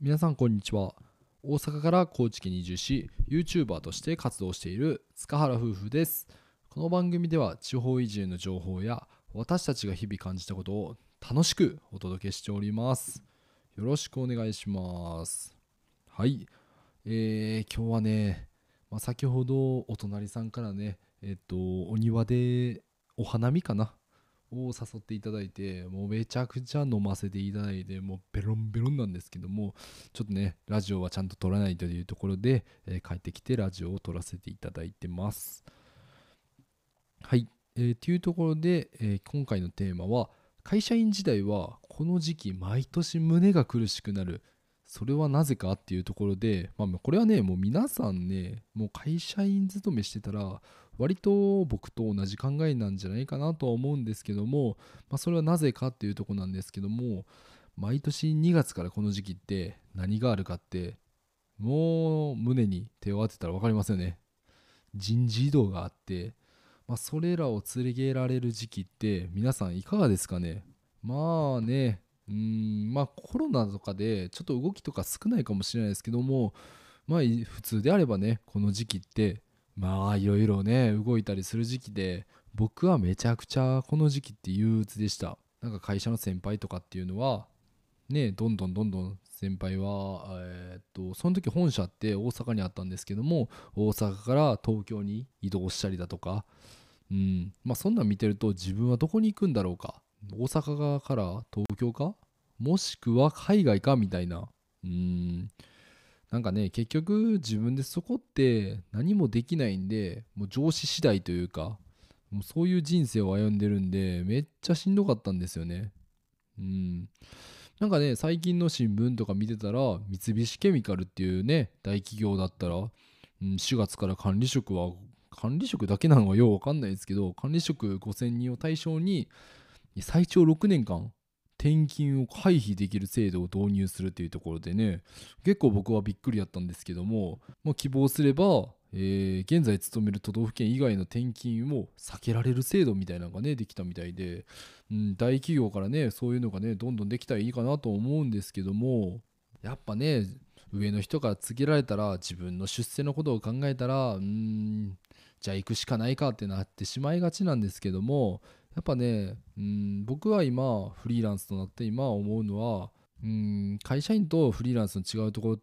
皆さんこんにちは。大阪から高知県に移住し YouTuber として活動している塚原夫婦です。この番組では地方移住の情報や私たちが日々感じたことを楽しくお届けしております。よろしくお願いします。はい、今日はね、先ほどお隣さんからねお庭でお花見かなを誘っていただいて、もうめちゃくちゃ飲ませていただいて、もうベロンベロンなんですけども、ちょっとねラジオはちゃんと撮らないというところで、帰ってきてラジオを撮らせていただいてます。はい、というところで、今回のテーマは、会社員時代はこの時期毎年胸が苦しくなる、それはなぜかっていうところで、これはねもう皆さんね、もう会社員勤めしてたら割と僕と同じ考えなんじゃないかなとは思うんですけども、それはなぜかっていうところなんですけども、毎年2月からこの時期って何があるかって、もう胸に手を当てたら分かりますよね。人事異動があって、それらを連れげられる時期って皆さんいかがですかね。まあね、コロナとかでちょっと動きとか少ないかもしれないですけども、普通であればね、この時期っていろいろね動いたりする時期で、僕はめちゃくちゃこの時期って憂鬱でした。なんか会社の先輩とかっていうのはね、どんどん先輩はその時本社って大阪にあったんですけども、大阪から東京に移動したりだとか、そんなん見てると自分はどこに行くんだろうか、大阪側から東京か、もしくは海外かみたいな。なんかね、結局自分でそこって何もできないんで、もう上司次第というか、もうそういう人生を歩んでるんで、めっちゃしんどかったんですよね。なんかね、最近の新聞とか見てたら、三菱ケミカルっていうね大企業だったら、4月から管理職だけなのはようわかんないですけど、管理職5000人を対象に最長6年間転勤を回避できる制度を導入するっていうところでね、結構僕はびっくりやったんですけども、希望すれば、現在勤める都道府県以外の転勤を避けられる制度みたいなのがねできたみたいで、大企業からねそういうのがねどんどんできたらいいかなと思うんですけども、やっぱね上の人から告げられたら、自分の出世のことを考えたら、じゃあ行くしかないかってなってしまいがちなんですけども、やっぱね、僕は今フリーランスとなって今思うのは、会社員とフリーランスの違うところって、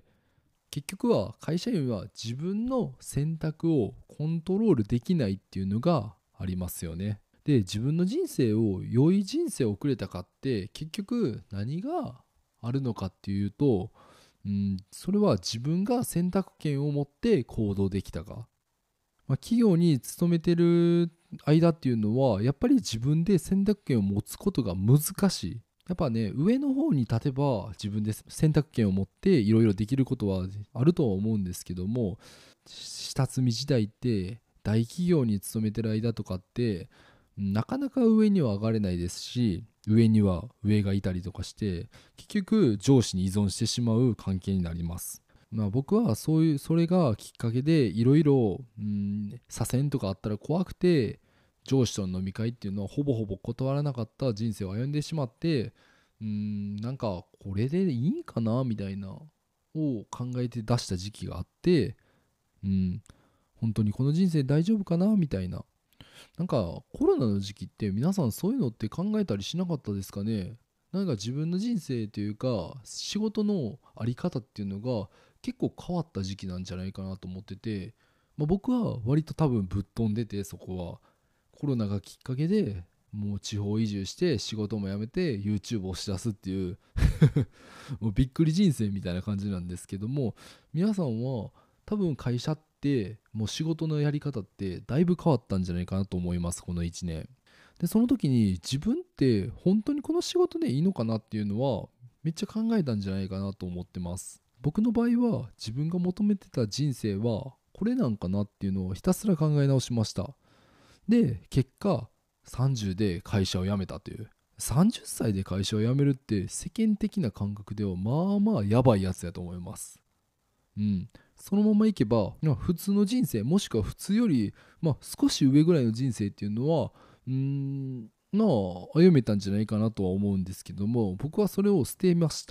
結局は会社員は自分の選択をコントロールできないっていうのがありますよね。で、自分の人生を良い人生を送れたかって結局何があるのかっていうと、それは自分が選択権を持って行動できたか。企業に勤めてる間っていうのはやっぱり自分で選択権を持つことが難しい。やっぱね、上の方に立てば自分で選択権を持っていろいろできることはあるとは思うんですけども、下積み時代って大企業に勤めてる間とかってなかなか上には上がれないですし、上には上がいたりとかして、結局上司に依存してしまう関係になります。僕はそれがきっかけでいろいろ左遷とかあったら怖くて、上司との飲み会っていうのはほぼほぼ断らなかった人生を歩んでしまって、なんかこれでいいんかなみたいなを考えて出した時期があって、本当にこの人生大丈夫かなみたいな。なんかコロナの時期って皆さんそういうのって考えたりしなかったですかね。なんか自分の人生というか仕事のあり方っていうのが結構変わった時期なんじゃないかなと思ってて、僕は割と多分ぶっ飛んでて、そこはコロナがきっかけでもう地方移住して仕事も辞めて YouTube をしだすっていうもうびっくり人生みたいな感じなんですけども、皆さんは多分会社ってもう仕事のやり方ってだいぶ変わったんじゃないかなと思います、この1年で。その時に自分って本当にこの仕事でいいのかなっていうのはめっちゃ考えたんじゃないかなと思ってます。僕の場合は自分が求めてた人生はこれなんかなっていうのをひたすら考え直しました。で、結果30で会社を辞めたという。30歳で会社を辞めるって世間的な感覚ではやばいやつやと思います。そのままいけば普通の人生、もしくは普通より少し上ぐらいの人生っていうのは歩めたんじゃないかなとは思うんですけども、僕はそれを捨てました。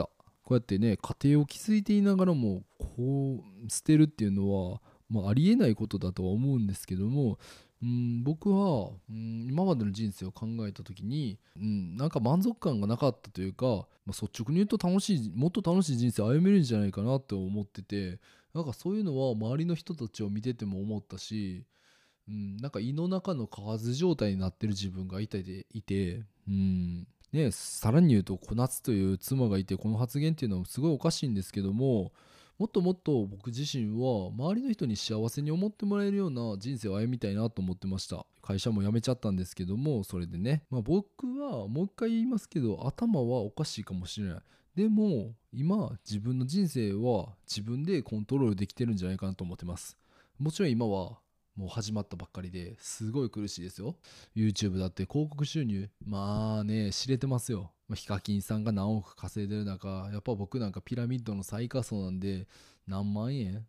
こうやってね家庭を築いていながらもこう捨てるっていうのは、ありえないことだとは思うんですけども、僕は、今までの人生を考えた時に、なんか満足感がなかったというか、率直に言うともっと楽しい人生歩めるんじゃないかなって思ってて、なんかそういうのは周りの人たちを見てても思ったし、なんか胃の中の蛙状態になってる自分がいて、さらに言うと小夏という妻がいて、この発言っていうのはすごいおかしいんですけども、もっともっと僕自身は周りの人に幸せに思ってもらえるような人生を歩みたいなと思ってました。会社も辞めちゃったんですけども、それでね、僕はもう一回言いますけど、頭はおかしいかもしれない。でも今自分の人生は自分でコントロールできてるんじゃないかなと思ってます。もちろん今はもう始まったばっかりですごい苦しいですよ。 YouTube だって広告収入知れてますよ。ヒカキンさんが何億稼いでる中、やっぱ僕なんかピラミッドの最下層なんで何万円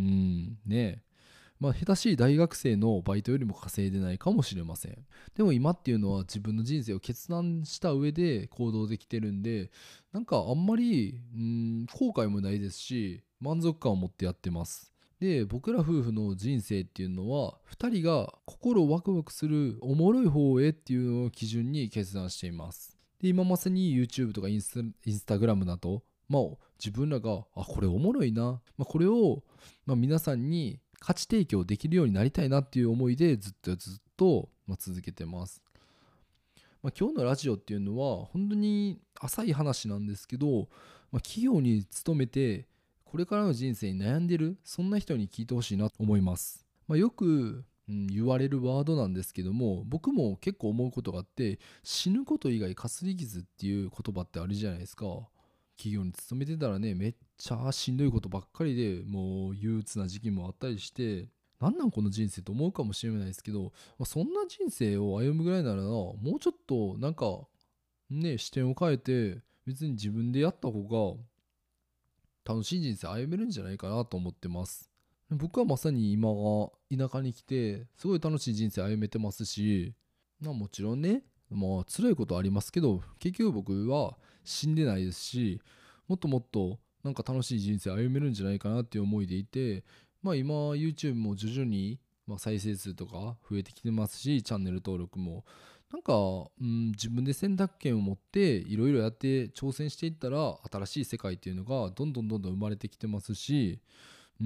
下手しい大学生のバイトよりも稼いでないかもしれません。でも今っていうのは自分の人生を決断した上で行動できてるんで、なんかあんまり後悔もないですし、満足感を持ってやってます。で、僕ら夫婦の人生っていうのは2人が心ワクワクするおもろい方へっていうのを基準に決断しています。で、今まさに YouTube とかインスタグラムだと、自分らがこれおもろいな、これを皆さんに価値提供できるようになりたいなっていう思いでずっと続けてます。今日のラジオっていうのは本当に浅い話なんですけど、企業に勤めてこれからの人生に悩んでるそんな人に聞いてほしいなと思います。よく、言われるワードなんですけども、僕も結構思うことがあって、死ぬこと以外かすり傷っていう言葉ってあるじゃないですか。企業に勤めてたらね、めっちゃしんどいことばっかりで、もう憂鬱な時期もあったりして、なんこの人生と思うかもしれないですけど、そんな人生を歩むぐらいならもうちょっとなんか視点を変えて別に自分でやった方が楽しい人生歩めるんじゃないかなと思ってます。僕はまさに今が田舎に来てすごい楽しい人生歩めてますし、もちろんね、辛いことありますけど、結局僕は死んでないですし、もっともっとなんか楽しい人生歩めるんじゃないかなっていう思いでいて、今 YouTube も徐々に再生数とか増えてきてますし、チャンネル登録もなんか、自分で選択権を持っていろいろやって挑戦していったら新しい世界っていうのがどんどん生まれてきてますし、うん、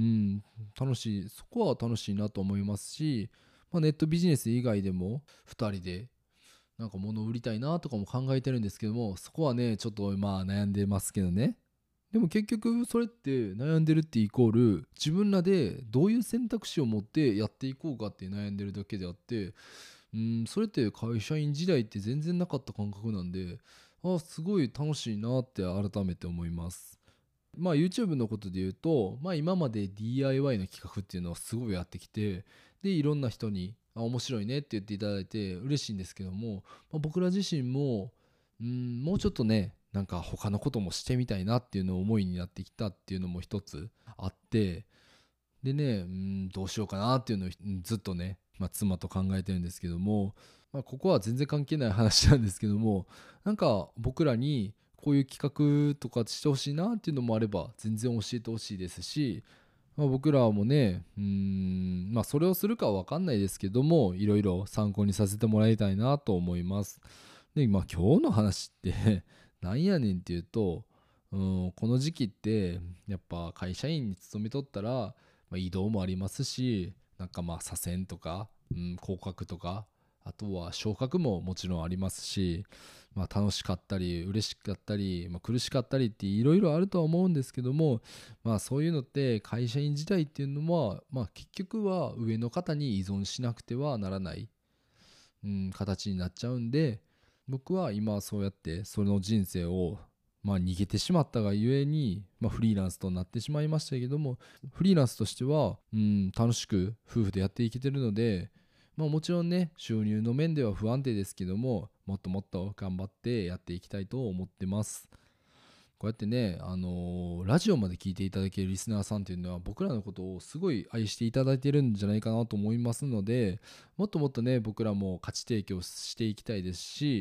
そこは楽しいなと思いますし、ネットビジネス以外でも2人でなんか物を売りたいなとかも考えてるんですけども、そこはねちょっと悩んでますけどね。でも結局それって悩んでるってイコール自分らでどういう選択肢を持ってやっていこうかって悩んでるだけであって、それって会社員時代って全然なかった感覚なんで、すごい楽しいなって改めて思います。YouTube のことで言うと、今まで DIY の企画っていうのをすごいやってきて、でいろんな人に面白いねって言っていただいて嬉しいんですけども、僕ら自身ももうちょっとねなんか他のこともしてみたいなっていうのを思いになってきたっていうのも一つあって、でねどうしようかなっていうのをずっとね、妻と考えてるんですけども、ここは全然関係ない話なんですけども、なんか僕らにこういう企画とかしてほしいなっていうのもあれば全然教えてほしいですし、僕らもねそれをするかは分かんないですけども、いろいろ参考にさせてもらいたいなと思います。で、今日の話ってなんやねんっていうと、この時期ってやっぱ会社員に勤めとったら、移動もありますし、なんか左遷とか、降格とか、あとは昇格ももちろんありますし、楽しかったり嬉しかったり、苦しかったりっていろいろあるとは思うんですけども、そういうのって会社員時代っていうのは、結局は上の方に依存しなくてはならない、形になっちゃうんで、僕は今そうやってその人生を逃げてしまったがゆえに、フリーランスとなってしまいましたけども、フリーランスとしては、楽しく夫婦でやっていけてるので、もちろんね収入の面では不安定ですけども、もっともっと頑張ってやっていきたいと思ってます。こうやってね、ラジオまで聞いていただけるリスナーさんっていうのは僕らのことをすごい愛していただいてるんじゃないかなと思いますので、もっともっとね僕らも価値提供していきたいですし、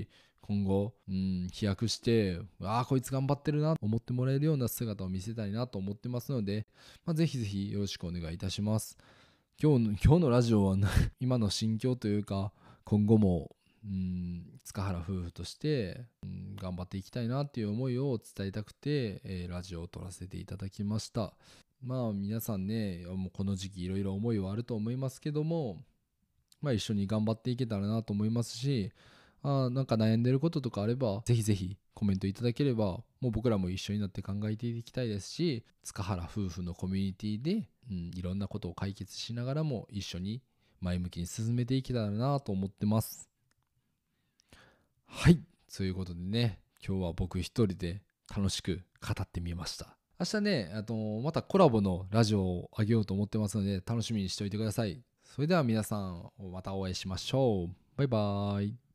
今後、飛躍して、こいつ頑張ってるなと思ってもらえるような姿を見せたいなと思ってますので、ぜひぜひよろしくお願いいたします。今日のラジオは今の心境というか、今後も塚原夫婦として、頑張っていきたいなっていう思いを伝えたくて、ラジオを撮らせていただきました。皆さんね、もうこの時期いろいろ思いはあると思いますけども、一緒に頑張っていけたらなと思いますし、なんか悩んでることとかあればぜひぜひコメントいただければ、もう僕らも一緒になって考えていきたいですし、塚原夫婦のコミュニティで、いろんなことを解決しながらも一緒に前向きに進めていけたらなと思ってます。はい、ということでね、今日は僕一人で楽しく語ってみました。明日ね、またコラボのラジオをあげようと思ってますので、楽しみにしておいてください。それでは皆さん、またお会いしましょう。バイバーイ。